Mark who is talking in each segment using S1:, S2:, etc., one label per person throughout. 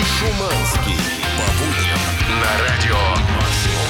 S1: Шуманский. По будням на радио Максимум.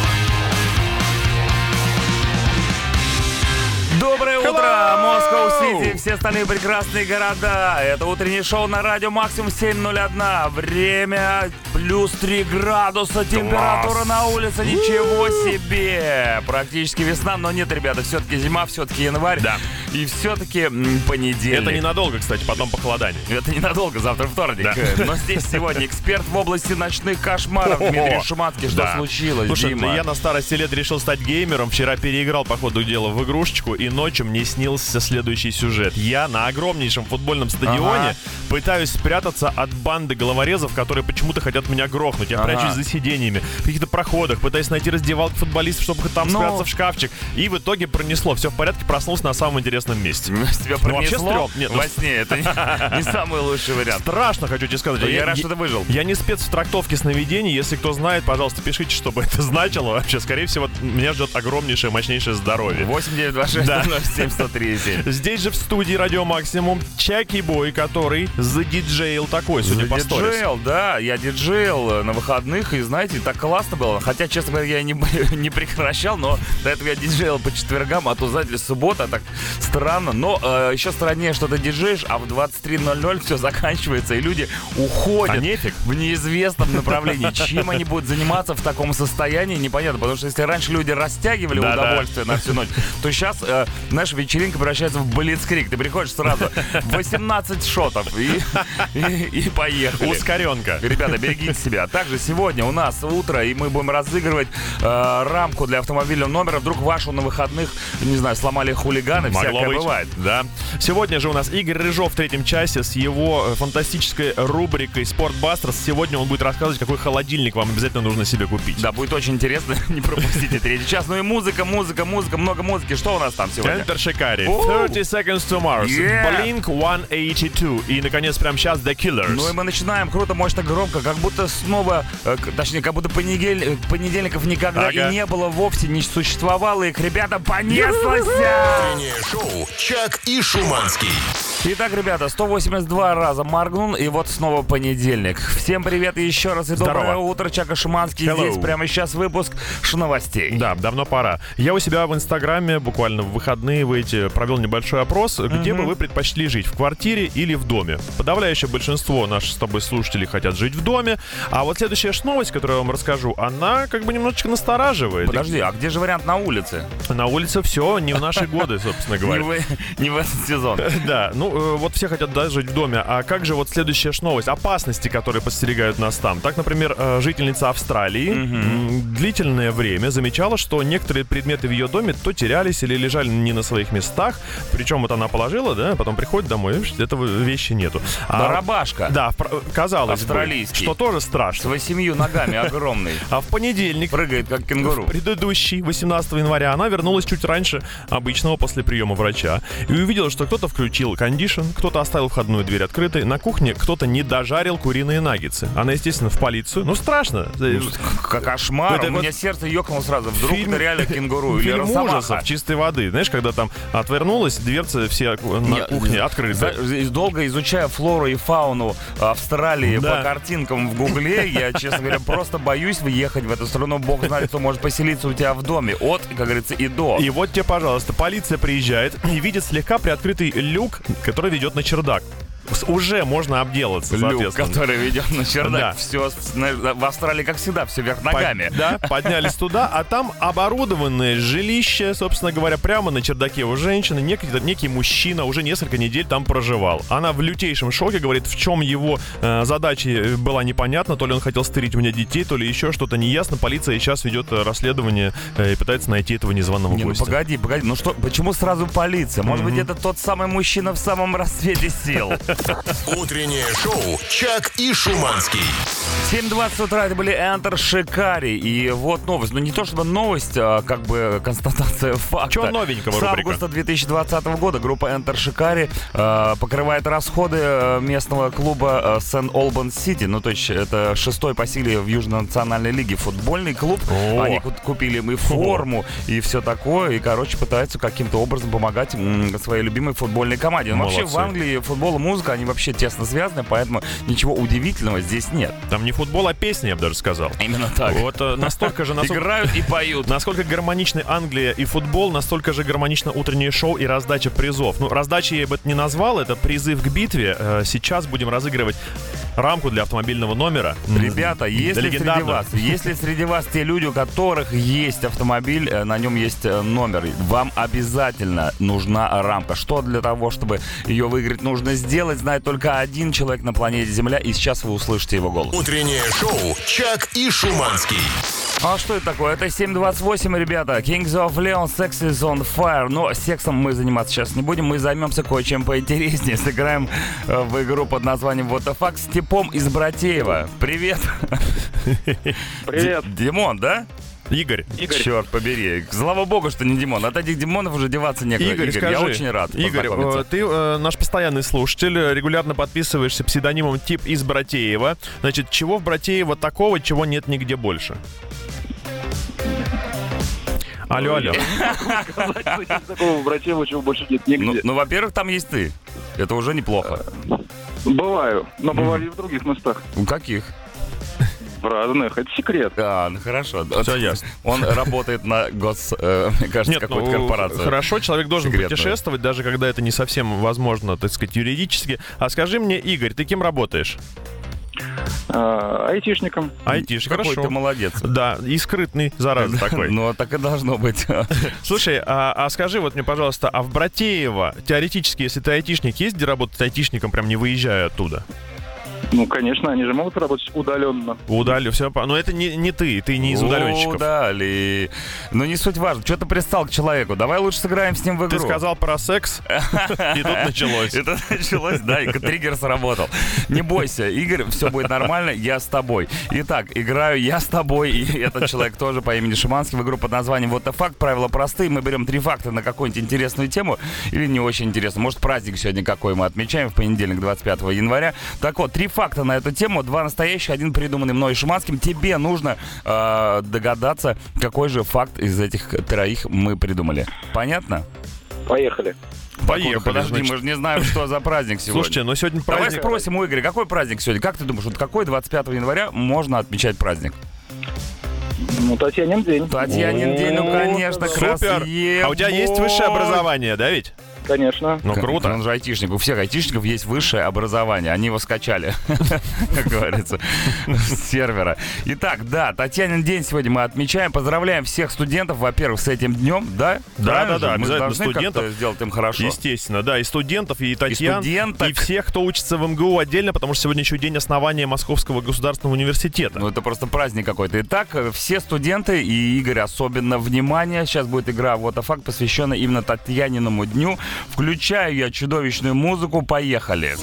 S2: Доброе утро, Москва-Сити, все остальные прекрасные города. Это утреннее шоу на радио Максимум 7:01. Время плюс 3 градуса, температура на улице, ничего себе. Практически весна, но нет, ребята, все-таки зима, все-таки январь.
S3: Да.
S2: И все-таки понедельник.
S3: Это ненадолго, кстати, потом похолодание.
S2: Это ненадолго, завтра вторник.
S3: Да.
S2: Но здесь сегодня эксперт в области ночных кошмаров Дмитрий Шуманский. Что случилось,
S3: Слушай,
S2: Дима?
S3: я на старости лет решил стать геймером. Вчера переиграл, по ходу дела, в игрушечку, и ночью мне снился следующий сюжет. Я на огромнейшем футбольном стадионе пытаюсь спрятаться от банды головорезов, которые почему-то хотят меня грохнуть. Я прячусь за сиденьями, в каких-то проходах, пытаюсь найти раздевалки футболистов, чтобы там спрятаться в шкафчик. И в итоге пронесло. Все в порядке, проснулся на самом интересном месте.
S2: Тебя пронесло
S3: Нет,
S2: во сне? Это не самый лучший вариант.
S3: Страшно, хочу тебе сказать.
S2: Я рад, что ты выжил.
S3: Я не спец в трактовке сновидений. Если кто знает, пожалуйста, пишите, чтобы это значило. Вообще, скорее всего, меня ждет огромнейшее, мощнейшее здоровье.
S2: 8-926-07-103.
S3: Здесь же в студии Радио Максимум Чаки Бой, который задиджейл такой, судя по сторис.
S2: Диджейл, да, я диджейл на выходных, и знаете, так классно было. Хотя, честно говоря, я не прекращал, но до этого я диджейл по четвергам, а то, знаете ли, суббота, так странно. Но еще страннее, что ты диджеешь, а в 23:00 все заканчивается, и люди уходят в неизвестном направлении. Чем они будут заниматься в таком состоянии, непонятно. Потому что если раньше люди растягивали удовольствие на всю ночь, то сейчас, знаешь, вечеринка превращается в блицкриг. Ты приходишь сразу 18 шотов и поехали.
S3: Ускоренка.
S2: Ребята, берегите себя. Также сегодня у нас утро, и мы будем разыгрывать рамку для автомобильного номера. Вдруг вашу на выходных, не знаю, сломали хулиганы. Всякое бывает.
S3: Да. Сегодня же у нас Игорь Рыжов в третьем часе с его фантастической рубрикой «Спортбастерс». Сегодня он будет рассказывать, какой холодильник вам обязательно нужно себе купить.
S2: Да, будет очень интересно. Не пропустите третий час. Ну и музыка, много музыки. Что у нас там сегодня?
S3: Enter Shikari, 30 Seconds to Mars, Blink-182 и, наконец, прямо сейчас The Killers.
S2: Ну и мы начинаем круто, мощно, громко, как будто снова, точнее, как будто понедельников никогда и не было вовсе, не существовало их. Ребята, понеслось!
S1: Утреннее шоу Чак и Шуманский.
S2: Итак, ребята, 182 раза моргнул, и вот снова понедельник. Всем привет еще раз и доброе утро, Чак и Шуманский. Здесь прямо сейчас выпуск новостей.
S3: Да, давно пора. Я у себя в Инстаграме буквально в выходные провел небольшой опрос, где бы вы предпочли жить, в квартире или в доме. Подавляющее большинство наших с тобой слушателей хотят жить в доме, а вот следующая новость, которую я вам расскажу, она как бы немножечко настораживает.
S2: Подожди, а где же вариант на улице?
S3: На улице все не в наши годы, собственно говоря.
S2: Не в этот сезон.
S3: Да, вот все хотят жить в доме. А как же вот следующая новость? Опасности, которые подстерегают нас там. Так, например, жительница Австралии длительное время замечала, что некоторые предметы в ее доме то терялись или лежали не на своих местах. Причем вот она положила, да, потом приходит домой, и этого вещи нету.
S2: Барабашка.
S3: Да, казалось
S2: бы,
S3: что тоже страшно.
S2: С 8 ногами огромный.
S3: А в понедельник
S2: прыгает как кенгуру.
S3: Предыдущий, 18 января, она вернулась чуть раньше обычного после приема врача и увидела, что кто-то включил кондишн, кто-то оставил входную дверь открытой, на кухне кто-то не дожарил куриные наггетсы. Она, естественно, в полицию. Страшно.
S2: Кошмар. У меня сердце ёкнуло сразу. Вдруг это реально кенгуру или
S3: фильм
S2: росомаха.
S3: ужасов чистой воды. Знаешь, когда там отвернулась, дверцы все на кухне открыты.
S2: Долго изучая флору и фауну Австралии по картинкам в Гугле, я, честно говоря, просто боюсь въехать в эту страну. Бог знает, кто может поселиться у тебя в доме. От, как говорится, и до.
S3: И вот тебе, пожалуйста, полиция приезжает и видит слегка приоткрытый люк, который ведет на чердак. Уже можно обделаться, соответственно.
S2: Люк, который ведет на чердак. Да. Все в Австралии, как всегда, все вверх ногами.
S3: Поднялись туда, а там оборудованное жилище, собственно говоря, прямо на чердаке у женщины. Некий мужчина уже несколько недель там проживал. Она в лютейшем шоке, говорит, в чем его задача была непонятна. То ли он хотел стырить у меня детей, то ли еще что-то неясно. Полиция сейчас ведет расследование и пытается найти этого незваного гостя.
S2: Погоди, почему сразу полиция? Может быть, это тот самый мужчина в самом расцвете сил?
S1: Утреннее шоу Чак и Шуманский.
S2: 7:20 утра, это были Enter Shikari. И вот новость. Ну, не то чтобы новость, а как бы констатация факта.
S3: Чего новенького,
S2: С
S3: рубрика?
S2: августа 2020 года группа Enter Shikari покрывает расходы местного клуба St. Albans City. Ну, то есть это 6-й по силе в Южной национальной лиге футбольный клуб.
S3: О.
S2: Они купили им и форму, и все такое. И, короче, пытаются каким-то образом помогать своей любимой футбольной команде. Но вообще в Англии футбол и музыка, они вообще тесно связаны, поэтому ничего удивительного здесь нет.
S3: Там не футбол, а песня, я бы даже сказал.
S2: Именно так.
S3: Вот настолько же...
S2: Играют и поют.
S3: Насколько гармоничны Англия и футбол, настолько же гармонично утреннее шоу и раздача призов. Ну, раздачи я бы это не назвал, это призыв к битве. Сейчас будем разыгрывать рамку для автомобильного номера.
S2: Ребята, если среди вас те люди, у которых есть автомобиль, на нем есть номер, вам обязательно нужна рамка. Что для того, чтобы ее выиграть, нужно сделать, знает только один человек на планете Земля, и сейчас вы услышите его голос.
S1: Утреннее шоу «Чак и Шуманский».
S2: А что это такое? Это 7:28, ребята. Kings of Leon, Sex is on Fire. Но сексом мы заниматься сейчас не будем. Мы займемся кое-чем поинтереснее. Сыграем в игру под названием What the Fuck с Типом из Братеева. Привет.
S4: Привет.
S2: Димон, да?
S3: Игорь.
S2: Черт побери. Слава богу, что не Димон. От этих Димонов уже деваться некуда.
S3: Игорь, скажи,
S2: я очень рад
S3: Игорь,
S2: познакомиться.
S3: ты наш постоянный слушатель, регулярно подписываешься псевдонимом Тип из Братеева. Значит, чего в Братеево такого, чего нет нигде больше? Алло.
S4: Такого в Братеево, чего больше нет нигде.
S2: Ну, во-первых, там есть ты. Это уже неплохо.
S4: Бываю, но бывали и в других местах.
S2: У каких?
S4: В разных. Это секрет.
S2: Ну хорошо.
S3: Все ясно.
S2: Он работает на мне кажется, какой-то корпорации.
S3: Хорошо, человек должен
S2: Секретную.
S3: путешествовать, даже когда это не совсем возможно, так сказать, юридически. А скажи мне, Игорь, ты кем работаешь?
S4: Айтишником.
S3: Айтишник,
S2: Какой
S3: хорошо.
S2: ты молодец.
S3: Да, и скрытный, зараза такой.
S2: Ну, так и должно быть.
S3: Слушай, а скажи вот мне, пожалуйста, а в Братеево, теоретически, если ты айтишник, есть где работать айтишником, прям не выезжая оттуда?
S4: Ну, конечно, они же могут работать удаленно.
S3: Все, но это не ты не из удаленщиков.
S2: Удали. Ну, не суть важно. Что ты пристал к человеку? Давай лучше сыграем с ним в игру.
S3: Ты сказал про секс, и тут началось.
S2: Это началось, да, и триггер сработал. Не бойся, Игорь, все будет нормально, я с тобой. Итак, играю я с тобой, и этот человек тоже по имени Шуманский в игру под названием What the Fuck. Правила простые, мы берем 3 факта на какую-нибудь интересную тему или не очень интересную. Может, праздник сегодня какой мы отмечаем в понедельник, 25 января. Так вот, 3 факта на эту тему, 2 настоящих, 1 придуманный мной и Шуманским. Тебе нужно догадаться, какой же факт из этих 3 мы придумали. Понятно?
S4: Поехали.
S2: Подожди,
S3: значит.
S2: мы же не знаем, что за праздник сегодня.
S3: Слушайте, ну сегодня
S2: Давай
S3: праздник.
S2: спросим у Игоря, какой праздник сегодня? Как ты думаешь, вот какой 25 января можно отмечать праздник?
S4: Ну, Татьянин день.
S2: Татьянин день, ну, конечно,
S3: Супер.
S2: красиво.
S3: А у тебя есть высшее образование, да ведь?
S4: Конечно.
S3: Ну, круто.
S2: Он же айтишник. У всех айтишников есть высшее образование. Они его скачали, как говорится, с сервера. Итак, да, Татьянин день сегодня мы отмечаем. Поздравляем всех студентов, во-первых, с этим днем, да?
S3: Да,
S2: Мы
S3: обязательно
S2: должны
S3: студентов.
S2: как-то сделать им хорошо.
S3: Естественно, да, и студентов, и Татьян,
S2: студенток.
S3: и всех, кто учится в МГУ отдельно, потому что сегодня еще день основания Московского государственного университета.
S2: Ну, это просто праздник какой-то. Итак, все студенты, и Игорь особенно, внимание, сейчас будет игра What the Fuck, посвященная именно Татьяниному дню. Включаю я чудовищную музыку, поехали.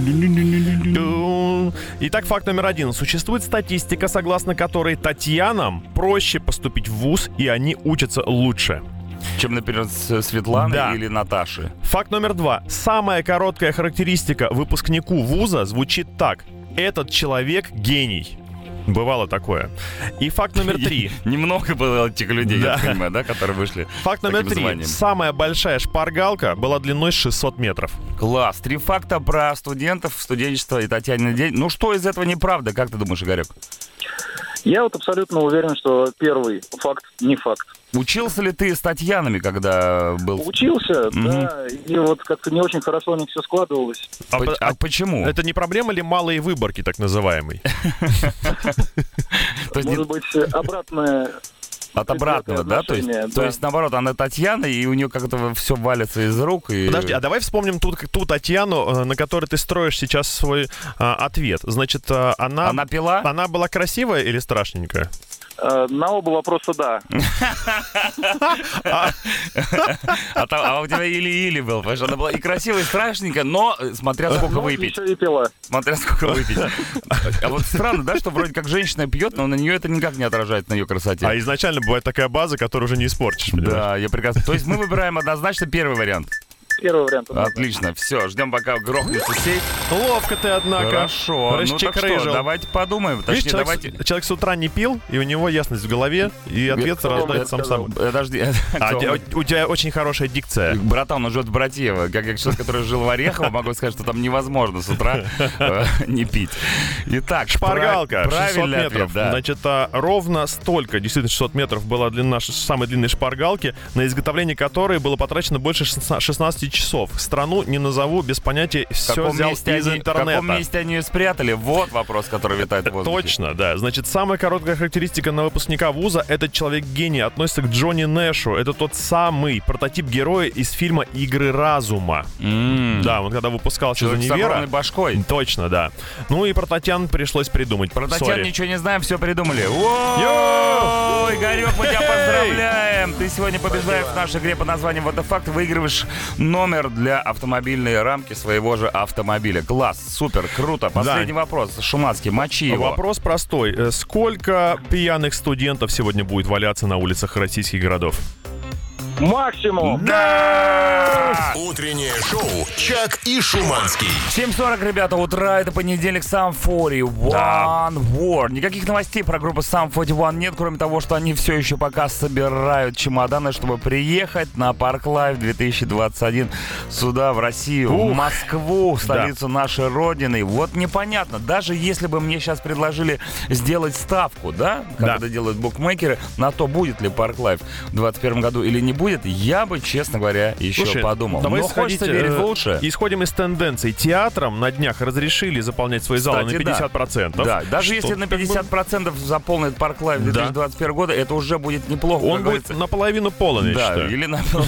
S3: Итак, факт номер 1. Существует статистика, согласно которой Татьянам проще поступить в вуз, и они учатся лучше.
S2: Чем, например, Светланы
S3: Да.
S2: или Наташи.
S3: Факт номер 2. Самая короткая характеристика выпускнику вуза звучит так. Этот человек гений. Бывало такое. И факт номер 3.
S2: Немного было этих людей,
S3: Да.
S2: я так понимаю, да, которые вышли.
S3: Факт
S2: с
S3: номер
S2: таким
S3: 3.
S2: званием.
S3: Самая большая шпаргалка была длиной 600 метров.
S2: Класс. 3 факта про студентов, студенчество и Татьянин день. Ну, что из этого неправда? Как ты думаешь, Игорек?
S4: Я вот абсолютно уверен, что первый факт не факт.
S2: Учился ли ты с Татьянами, когда был...
S4: Учился, да, и вот как-то не очень хорошо у них все складывалось.
S2: А почему?
S3: Это не проблема ли малой выборки, так называемой?
S2: То есть
S4: Может быть, обратное...
S2: от обратного, да? То
S4: отношения,
S2: есть,
S4: да.
S2: то есть, наоборот, она Татьяна, и у нее как-то все валится из рук. И...
S3: Подожди, а давай вспомним ту Татьяну, на которой ты строишь сейчас свой ответ. Значит,
S2: Она пила?
S3: Она была красивая или страшненькая?
S4: На оба вопроса да.
S2: А у тебя или-или был, потому что она была и красивая, и страшненькая, но смотря сколько выпить.
S4: Еще и пила.
S2: Смотря сколько выпить. А вот странно, да, что вроде как женщина пьет, но на нее это никак не отражается, на ее красоте.
S3: А изначально бывает такая база, которую уже не испортишь, понимаешь?
S2: Да, я прекрасно. То есть мы выбираем однозначно первый вариант.
S4: Первый вариант.
S2: Отлично, все, ждем, пока грохнется сейф.
S3: Ловко ты, однако.
S2: Хорошо, ну так что, давайте подумаем.
S3: Видишь,
S2: Точнее, давайте...
S3: человек с утра не пил, и у него ясность в голове, и ответ рождается сам собой.
S2: Подожди.
S3: У тебя очень хорошая дикция.
S2: Братан, он живет в Братьево. Как я человек, который жил в Орехово, могу сказать, что там невозможно с утра не пить. Итак,
S3: шпаргалка, 600 метров.
S2: Да.
S3: Значит, ровно столько, действительно 600 метров была длина самой длинной шпаргалки, на изготовление которой было потрачено больше 16 часов. Страну не назову, без понятия, все взял из интернета.
S2: В каком месте они ее спрятали? Вот вопрос, который витает в воздухе.
S3: Точно, да. Значит, самая короткая характеристика на выпускника вуза — этот человек-гений, относится к Джонни Нэшу. Это тот самый прототип героя из фильма «Игры разума». Да, он когда выпускался из универа...
S2: С огромной башкой.
S3: Точно, да. Ну и про Татьяну пришлось придумать.
S2: Про Татьяну ничего не знаем, все придумали. Ой, Игорек, мы тебя поздравляем. Ты сегодня побеждаешь в нашей игре под названием «Вот the Fact». Выигрываешь номер для автомобильной рамки своего же автомобиля. Класс, супер, круто. Последний вопрос. Шуманский, мочи его.
S3: Вопрос простой. Сколько пьяных студентов сегодня будет валяться на улицах российских городов?
S4: Максимум.
S2: Да!
S1: Утреннее шоу «Чак и Шуманский».
S2: 7:40, ребята, утра. Это понедельник. Sum 41 War. Никаких новостей про группу Sum 41 нет, кроме того, что они все еще пока собирают чемоданы, чтобы приехать на Park Life 2021 сюда, в Россию, в Москву, столицу нашей родины. Вот непонятно, даже если бы мне сейчас предложили сделать ставку, да, как это делают букмекеры, на то, будет ли Park Life в 2021 году или не будет, я бы, честно говоря, еще подумал.
S3: Давай
S2: хочется верить в лучшее.
S3: Исходим из тенденций. Театрам на днях разрешили заполнять свои залы на 50%.
S2: Да, даже если на 50% заполнит Park Life 2021 года, это уже будет неплохо.
S3: Он будет наполовину полон, я считаю.
S2: Или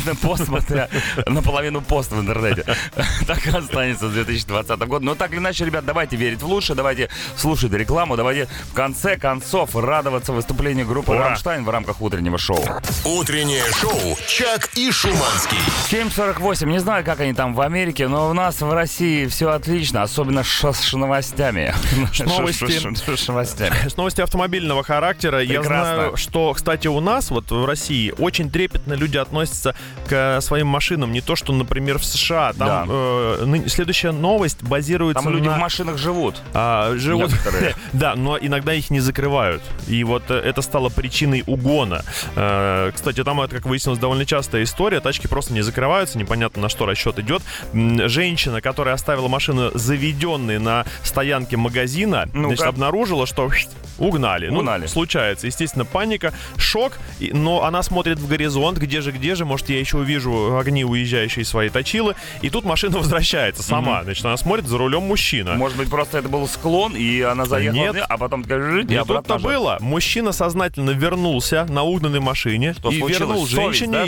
S2: наполовину пост в интернете. Так и останется с 2020 года. Но так или иначе, ребят, давайте верить в лучшее, давайте слушать рекламу, давайте в конце концов радоваться выступлению группы «Рамштайн» в рамках утреннего шоу.
S1: Утреннее шоу «Чак и Шуманский».
S2: 7:48. Не знаю, как они там в Америке, но у нас в России все отлично, особенно с новостями.
S3: С новости автомобильного характера.
S2: Прекрасно.
S3: Я знаю, что, кстати, у нас вот в России очень трепетно люди относятся к своим машинам. Не то, что, например, в США. Там следующая новость базируется
S2: там люди
S3: на...
S2: в машинах живут.
S3: Живут. Да, но иногда их не закрывают. И вот это стало причиной угона. Кстати, там, это, как выяснилось, довольно частая история. Тачки просто не закрываются, непонятно, на что расчет идет. Женщина, которая оставила машину заведенной на стоянке магазина, значит, обнаружила, что угнали. Ну, случается. Естественно, паника, шок, но она смотрит в горизонт, где же, может, я еще увижу огни уезжающие своей точилы, и тут машина возвращается сама. Значит, она смотрит, за рулем мужчина.
S2: Может быть, просто это был склон, и она заехала, а потом такая...
S3: Не тут-то было. Мужчина сознательно вернулся на угнанной машине и вернул женщине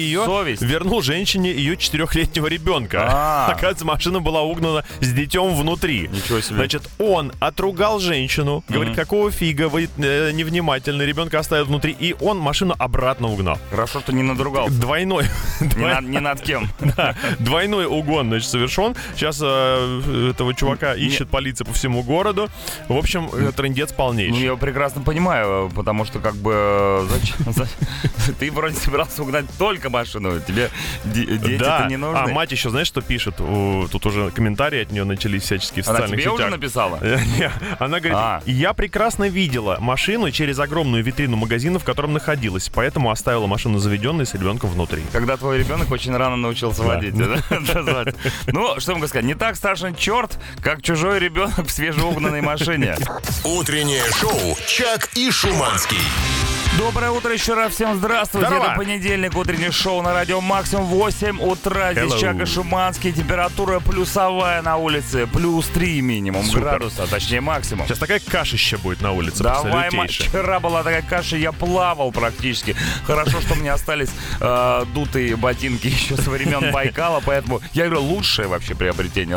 S3: ее 4-летнего ребенка. Оказывается, машина была угнана с детем внутри.
S2: Ничего себе.
S3: Значит, он отругал женщину, говорит, какого фига вы невнимательны, ребенка оставил внутри, и он машину обратно угнал.
S2: Хорошо, что не надругал.
S3: Двойной.
S2: Не над кем.
S3: Да, двойной угон, значит, совершен. Сейчас этого чувака ищет полиция по всему городу. В общем, трындец полнейший.
S2: Ну, я его прекрасно понимаю, потому что, как бы, зачем? Ты вроде собирался угнать только машину, тебе дети-то не нужны.
S3: А мать еще, знаешь, что пишет? Тут уже комментарии от нее начались всяческие в социальных сетях.
S2: Она тебе уже написала?
S3: Нет, она говорит, я прекрасно видела машину через огромную витрину магазина, в котором находилась, поэтому оставила машину заведенной с ребенком внутри.
S2: Когда твой ребенок очень рано научился водить, да? Ну, что могу сказать, не так страшен черт, как чужой ребенок в свежеугнанной машине.
S1: Утреннее шоу «Чак и Шуманский».
S2: Доброе утро еще раз, всем здравствуйте.
S3: Здорово.
S2: Это понедельник, утреннее шоу на радио Максимум, 8 утра. Здесь Чак и Шуманский, температура плюсовая на улице, плюс 3 минимум градуса, точнее максимум.
S3: Сейчас такая кашища будет на улице.
S2: Давай, вчера была такая каша, я плавал практически. Хорошо, что у меня остались дутые ботинки еще со времен Байкала, поэтому я говорю, лучшее вообще приобретение,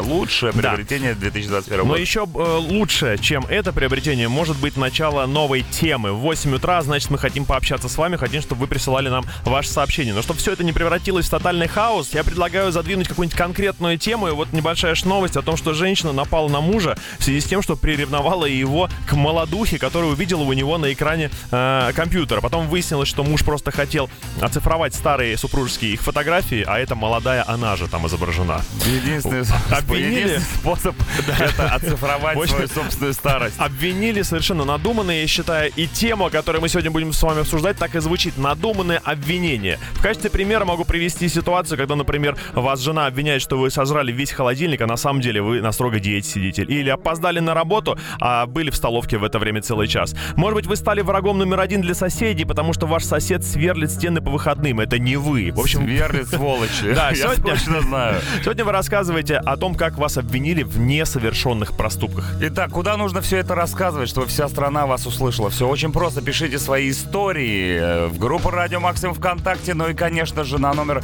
S2: 2021 года.
S3: Но еще лучше, чем это приобретение, может быть начало новой темы. В 8 утра, значит, мы хотим хотим пообщаться с вами, хотим, чтобы вы присылали нам ваши сообщения. Но чтобы все это не превратилось в тотальный хаос, я предлагаю задвинуть какую-нибудь конкретную тему. И вот небольшая новость о том, что женщина напала на мужа в связи с тем, что приревновала его к молодухе, которую увидела у него на экране компьютера. Потом выяснилось, что муж просто хотел оцифровать старые супружеские их фотографии, а эта молодая, она же там изображена.
S2: Единственный способ это оцифровать свою собственную старость.
S3: Обвинили совершенно надуманные, я считаю, и тема, которую мы сегодня будем с вами обсуждать, так и звучит: надуманное обвинение. В качестве примера могу привести ситуацию, когда, например, вас жена обвиняет, что вы сожрали весь холодильник, а на самом деле вы на строгой диете сидите. Или опоздали на работу, а были в столовке в это время целый час. Может быть, вы стали врагом номер один для соседей, потому что ваш сосед сверлит стены по выходным. Это не вы. В общем,
S2: сверлит, сволочи.
S3: Да,
S2: я точно знаю.
S3: Сегодня вы рассказываете о том, как вас обвинили в несовершенных проступках.
S2: Итак, куда нужно все это рассказывать, чтобы вся страна вас услышала? Все очень просто. Пишите свои истории в группу Радио Максимум ВКонтакте, ну и, конечно же, на номер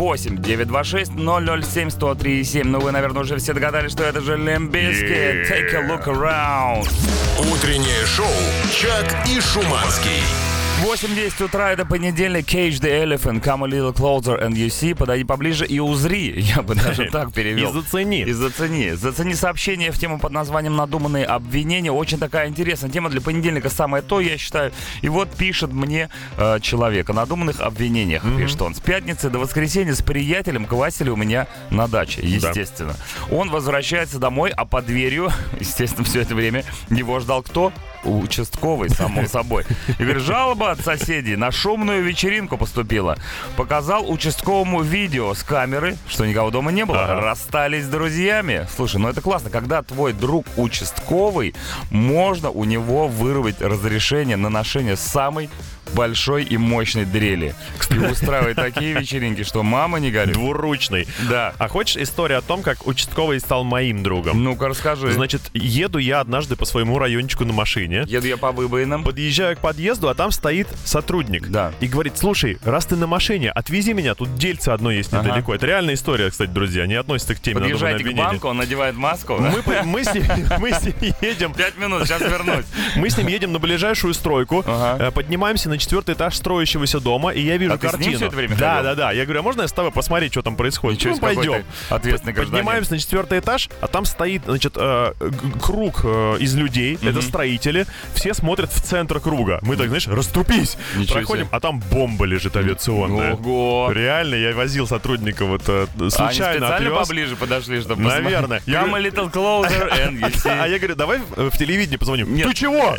S2: 8-926-007-1037. Ну, вы, наверное, уже все догадались, что это же Limp Bizkit. Take a look around.
S1: Утреннее шоу «Чак и Шуманский».
S2: 8:10 утра, это понедельник. Cage the Elephant, Come a little closer and you see. Подойди поближе и узри. Я бы даже так перевел.
S3: И зацени.
S2: И зацени. Зацени сообщение в тему под названием «Надуманные обвинения». Очень такая интересная тема для понедельника, самое то, я считаю. И вот пишет мне человек о надуманных обвинениях. Пишет он: с пятницы до воскресенья с приятелем квасили у меня на даче, естественно. Да. Он возвращается домой, а под дверью, естественно, все это время его ждал кто? Участковый, само собой. И говорит, жалоба от соседей на шумную вечеринку поступила. Показал участковому видео с камеры, что никого дома не было. Расстались с друзьями. Слушай, ну это классно, когда твой друг участковый, можно у него вырвать разрешение на ношение самой большой и мощной дрели. И устраивает такие вечеринки, что мама не горюй.
S3: Двуручный.
S2: Да.
S3: А хочешь историю о том, как участковый стал моим другом?
S2: Ну-ка, расскажи.
S3: Значит, еду я однажды по своему райончику на машине.
S2: Еду я по выбоинам.
S3: Подъезжаю к подъезду, а там стоит сотрудник.
S2: Да.
S3: И говорит, слушай, раз ты на машине, отвези меня, тут дельце одно есть недалеко. Это реальная история, кстати, друзья, не относится к теме надуманного обвинения.
S2: Подъезжайте к банку, он надевает маску.
S3: Мы с ним едем...
S2: 5 минут, сейчас вернусь.
S3: Мы с ним едем на ближайшую стройку, поднимаемся на 4-й этаж строящегося дома, и я вижу картину.
S2: Ты с ним все это время
S3: Да. Я говорю, а можно я с тобой посмотреть, что там происходит?
S2: Ну,
S3: пойдем.
S2: Ответственный гражданин.
S3: Поднимаемся на 4-й этаж, а там стоит, значит, круг из людей. Это строители. Все смотрят в центр круга. Мы так, знаешь, расступись. Проходим, а там бомба лежит авиационная.
S2: Ого.
S3: Реально, я возил сотрудника вот случайно
S2: они специально
S3: отвез.
S2: Поближе подошли, чтобы
S3: Наверное.
S2: Come a little closer and you see.
S3: А я говорю, давай в телевидение позвоним.
S2: Нет.
S3: Ты чего?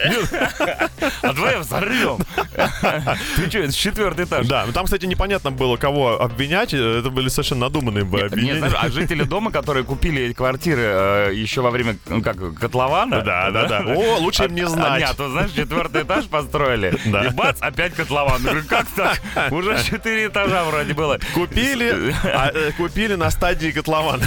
S2: А давай взорвем. Ты что, это 4-й этаж.
S3: Да, там, кстати, непонятно было, кого обвинять. Это были совершенно надуманные обвинения.
S2: Нет, а жители дома, которые купили квартиры еще во время, котлована.
S3: Да. О, лучше им не знать.
S2: Нет, то знаешь, 4-й этаж построили. И бац, опять котлован. Говорю, как так? Уже 4 этажа вроде было.
S3: Купили на стадии котлована.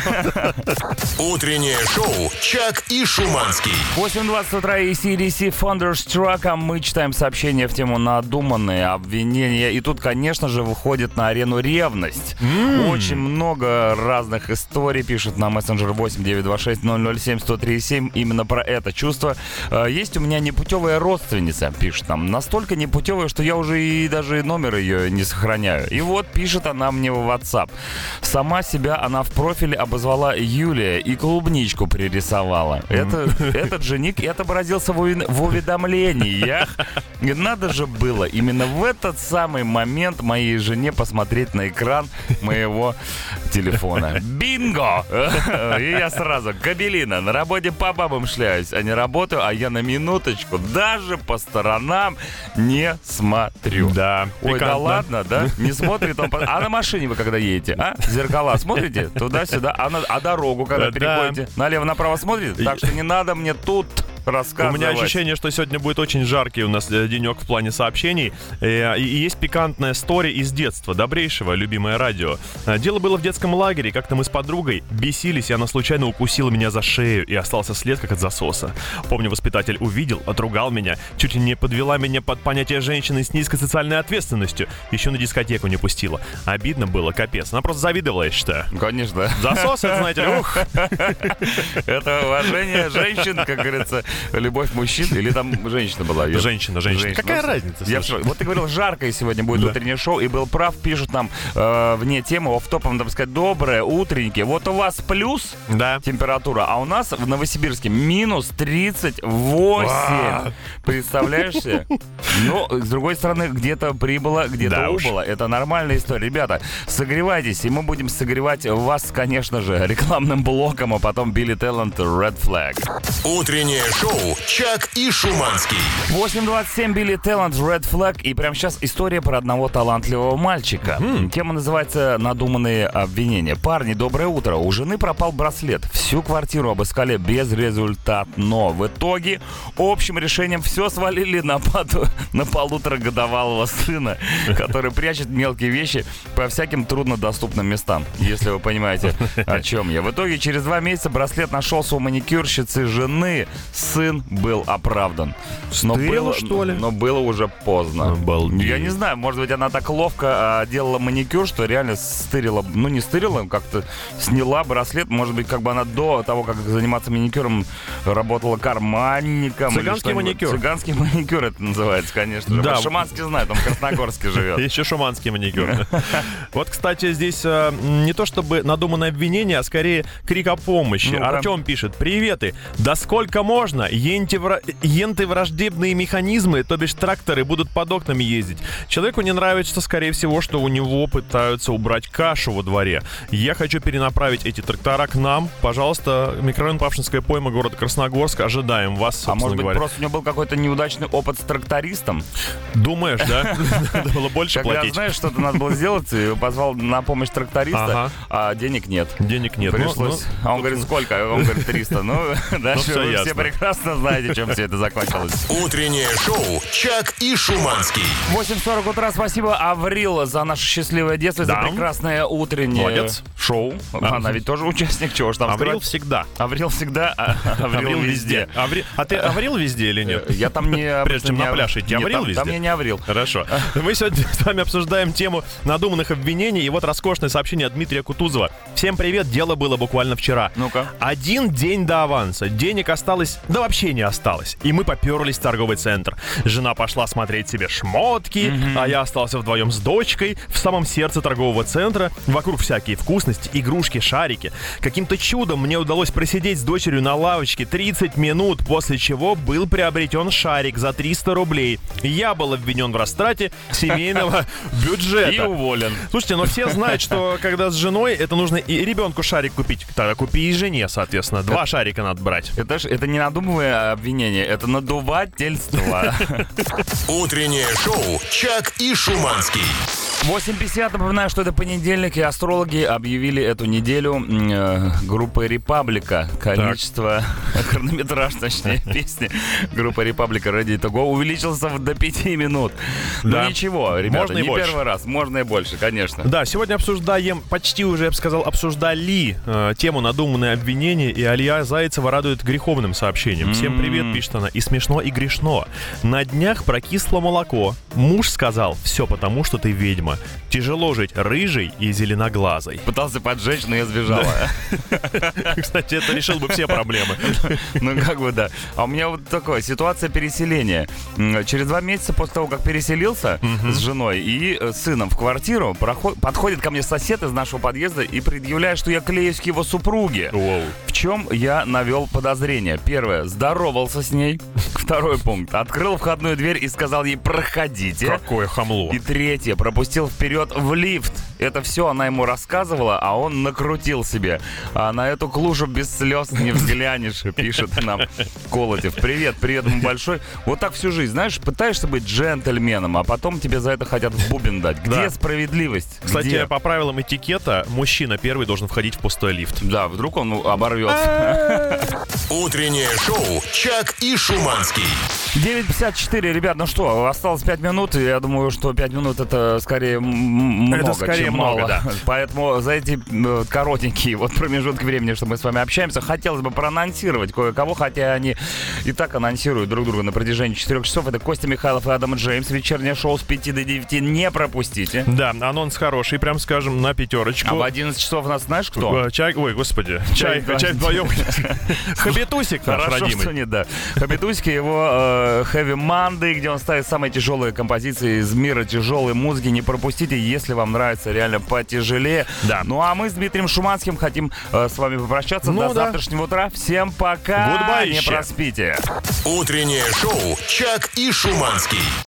S1: Утреннее шоу «Чак и Шуманский».
S2: 8:20 утра и CDC Thunderstruck, а мы читаем сообщение в тему надуманные обвинения. И тут, конечно же, выходит на арену ревность. Очень много разных историй пишет на мессенджер 8-926-007-1037 именно про это чувство. Есть у меня непутевая родственница, пишет нам. Настолько непутевая, что я уже и даже номер ее не сохраняю. И вот пишет она мне в WhatsApp. Сама себя она в профиле обозвала Юлия и клубничку пририсовала. Этот же ник и отобразился в уведомлениях. И надо же было именно в этот самый момент моей жене посмотреть на экран моего телефона. Бинго! И я сразу, Кабелина, на работе по бабам шляюсь, а не работаю, а я на минуточку даже по сторонам не смотрю.
S3: Да.
S2: Ой, да ладно, да? Не смотрит он. А на машине вы когда едете, а? Зеркала смотрите? Туда-сюда. А дорогу когда переходите? Налево-направо смотрите? Так что не надо мне тут рассказывать.
S3: У меня ощущение, что сегодня будет очень жаркий у нас денек в плане сообщений. И есть пикантная история из детства, добрейшего, любимое радио. Дело было в детском лагере. Как-то мы с подругой бесились, и она случайно укусила меня за шею, и остался след, как от засоса. Помню, воспитатель увидел, отругал меня, чуть ли не подвела меня под понятие женщины с низкой социальной ответственностью. Еще на дискотеку не пустила. Обидно было, капец. Она просто завидовала, я считаю.
S2: Конечно.
S3: Засос, это, знаете ли, ух.
S2: Это уважение женщин, как говорится. любовь мужчин, или там женщина была?
S3: Женщина. Какая разница?
S2: Вот ты говорил, жаркое сегодня будет утреннее шоу, и был прав, пишут нам вне темы, офф-топом, так сказать, доброе, утренненькое. Вот у вас плюс температура, а у нас в Новосибирске минус 38. Представляешь себе? Но, с другой стороны, где-то прибыло, где-то убыло. Это нормальная история. Ребята, согревайтесь, и мы будем согревать вас, конечно же, рекламным блоком, а потом Билли Талант Red Flag.
S1: Утреннее шоу «Чак и Шуманский».
S2: 8:27, Билли Талант Red Flag. И прямо сейчас история про одного талантливого мальчика. Тема называется «Надуманные обвинения». Парни, доброе утро. У жены пропал браслет. Всю квартиру обыскали безрезультатно. В итоге общим решением все свалили на полуторагодовалого сына, который прячет мелкие вещи по всяким труднодоступным местам, если вы понимаете, о чем я. В итоге через 2 месяца браслет нашелся у маникюрщицы жены. Сын был оправдан. Но было уже поздно.
S3: Обалдеть.
S2: Я не знаю, может быть, она так ловко делала маникюр, что реально стырила, не стырила, как-то сняла браслет. Может быть, как бы она до того, как заниматься маникюром, работала карманником.
S3: Цыганский маникюр.
S2: Цыганский маникюр это называется, конечно же.
S3: Да.
S2: Шуманский знает, он в Красногорске живет.
S3: Еще шуманский маникюр. Вот, кстати, здесь не то чтобы надуманное обвинение, а скорее крик о помощи. Артем пишет: приветы. Да сколько можно? Енты враждебные механизмы, то бишь тракторы, будут под окнами ездить. Человеку не нравится, скорее всего, что у него пытаются убрать кашу во дворе. Я хочу перенаправить эти трактора к нам. Пожалуйста, микрорайон Павшинская пойма, город Красногорск. Ожидаем вас,
S2: А может быть,
S3: говоря.
S2: просто у него был какой-то неудачный опыт с трактористом?
S3: Думаешь, да? Надо было больше
S2: Когда,
S3: платить.
S2: знаешь, что-то надо было сделать, и позвал на помощь тракториста, а денег нет.
S3: Денег нет.
S2: Пришлось. А он говорит, сколько? А он говорит, 300. Ну, дальше
S3: всё
S2: вы
S3: ясно.
S2: все прекрасно знаете, чем все это закончилось.
S1: Утреннее шоу «Чак и Шуманский».
S2: 8:40 утра. Спасибо, Аврил, за наше счастливое детство, за прекрасное утреннее
S3: Молодец.
S2: шоу. Она ведь тоже участник, чего ж там
S3: Аврил
S2: скрывать.
S3: всегда.
S2: Аврил всегда, Аврил везде.
S3: А ты аврил везде или нет?
S2: Я там не...
S3: Прежде чем на пляж идти,
S2: Нет,
S3: аврил везде?
S2: Там я не аврил.
S3: Хорошо. Мы сегодня с вами обсуждаем тему надуманных обвинений. И вот роскошное сообщение от Дмитрия Кутузова. Всем привет, дело было буквально вчера.
S2: Ну-ка.
S3: 1 день до аванса. Денег осталось, да вообще не осталось. И мы поперлись в торговый центр. Жена пошла смотреть себе шмотки, а я остался вдвоем с дочкой в самом сердце торгового центра. Вокруг всякие вкусности, игрушки, шарики. Каким-то чудом мне удалось просидеть с дочерью на лавочке 30 минут, после чего был приобретен шарик за 300 рублей. Я был обвинен в растрате семейного бюджета.
S2: И уволен.
S3: Слушайте, но все знают, что когда с женой, это нужно и ребенку шарик купить. Тогда купи и жене, соответственно. 2 шарика надо брать.
S2: Это не надумывая обвинение, это надувательство.
S1: Утреннее шоу «Чак и Шуманский».
S2: 8:50. Напоминаю, что это понедельник, и астрологи объявили эту неделю группой «Репаблика». Количество, хронометраж, точнее, песни группы «Репаблика» Ready to Go увеличился до 5 минут.
S3: Да.
S2: Ну ничего, ребята,
S3: Можно и
S2: не
S3: больше.
S2: первый раз, можно и больше, конечно.
S3: Да, сегодня обсуждаем, почти уже, я бы сказал, обсуждали тему надуманные обвинения, и Алия Зайцева радует греховным сообщением. Всем привет, пишет она, и смешно, и грешно. На днях прокисло молоко. Муж сказал, все потому, что ты ведьма. Тяжело жить рыжей и зеленоглазой.
S2: Пытался поджечь, но я сбежала.
S3: Кстати, это решил бы все проблемы.
S2: Ну, как бы, да. А у меня вот такое, ситуация переселения. Через 2 месяца после того, как переселился с женой и сыном в квартиру, подходит ко мне сосед из нашего подъезда и предъявляет, что я клеюсь к его супруге. В чем я навел подозрение? Первое, здоровался с ней. Второй пункт, открыл входную дверь и сказал ей, проходите.
S3: Какое хамло.
S2: И третье, пропустил вперед в лифт. Это все она ему рассказывала, а он накрутил себе. А на эту клушу без слез не взглянешь, пишет нам Колотев. Привет ему большой. Вот так всю жизнь, знаешь, пытаешься быть джентльменом, а потом тебе за это хотят в бубен дать. Где
S3: Да.
S2: справедливость?
S3: Кстати,
S2: Где?
S3: по правилам этикета, мужчина первый должен входить в пустой лифт.
S2: Да, вдруг он оборвется.
S1: Утреннее шоу «Чак и Шуманский».
S2: 9:54, ребят, ну что, осталось 5 минут, и я думаю, что 5 минут это скорее скорее много,
S3: скорее
S2: чем
S3: много,
S2: мало.
S3: да.
S2: Поэтому за эти коротенькие вот промежутки времени, что мы с вами общаемся, хотелось бы проанонсировать кое-кого, хотя они и так анонсируют друг друга на протяжении 4 часов. Это Костя Михайлов и Адам Джеймс. Вечернее шоу с 5 до 9. Не пропустите.
S3: Да, анонс хороший, прям скажем, на 5.
S2: А в 11 часов у нас знаешь кто?
S3: Ой, господи. Чай вдвоем. Хабитусик наш
S2: Хорошо,
S3: родимый.
S2: что не, да. Хабитусик, его Heavy Monday, где он ставит самые тяжелые композиции из мира тяжелой музыки. Не пропустите, если вам нравится реально потяжелее.
S3: Да.
S2: Ну а мы с Дмитрием Шуманским хотим с вами попрощаться до завтрашнего утра. Всем пока.
S3: Goodbye,
S2: не проспите.
S1: Утреннее шоу «Чак и Шуманский».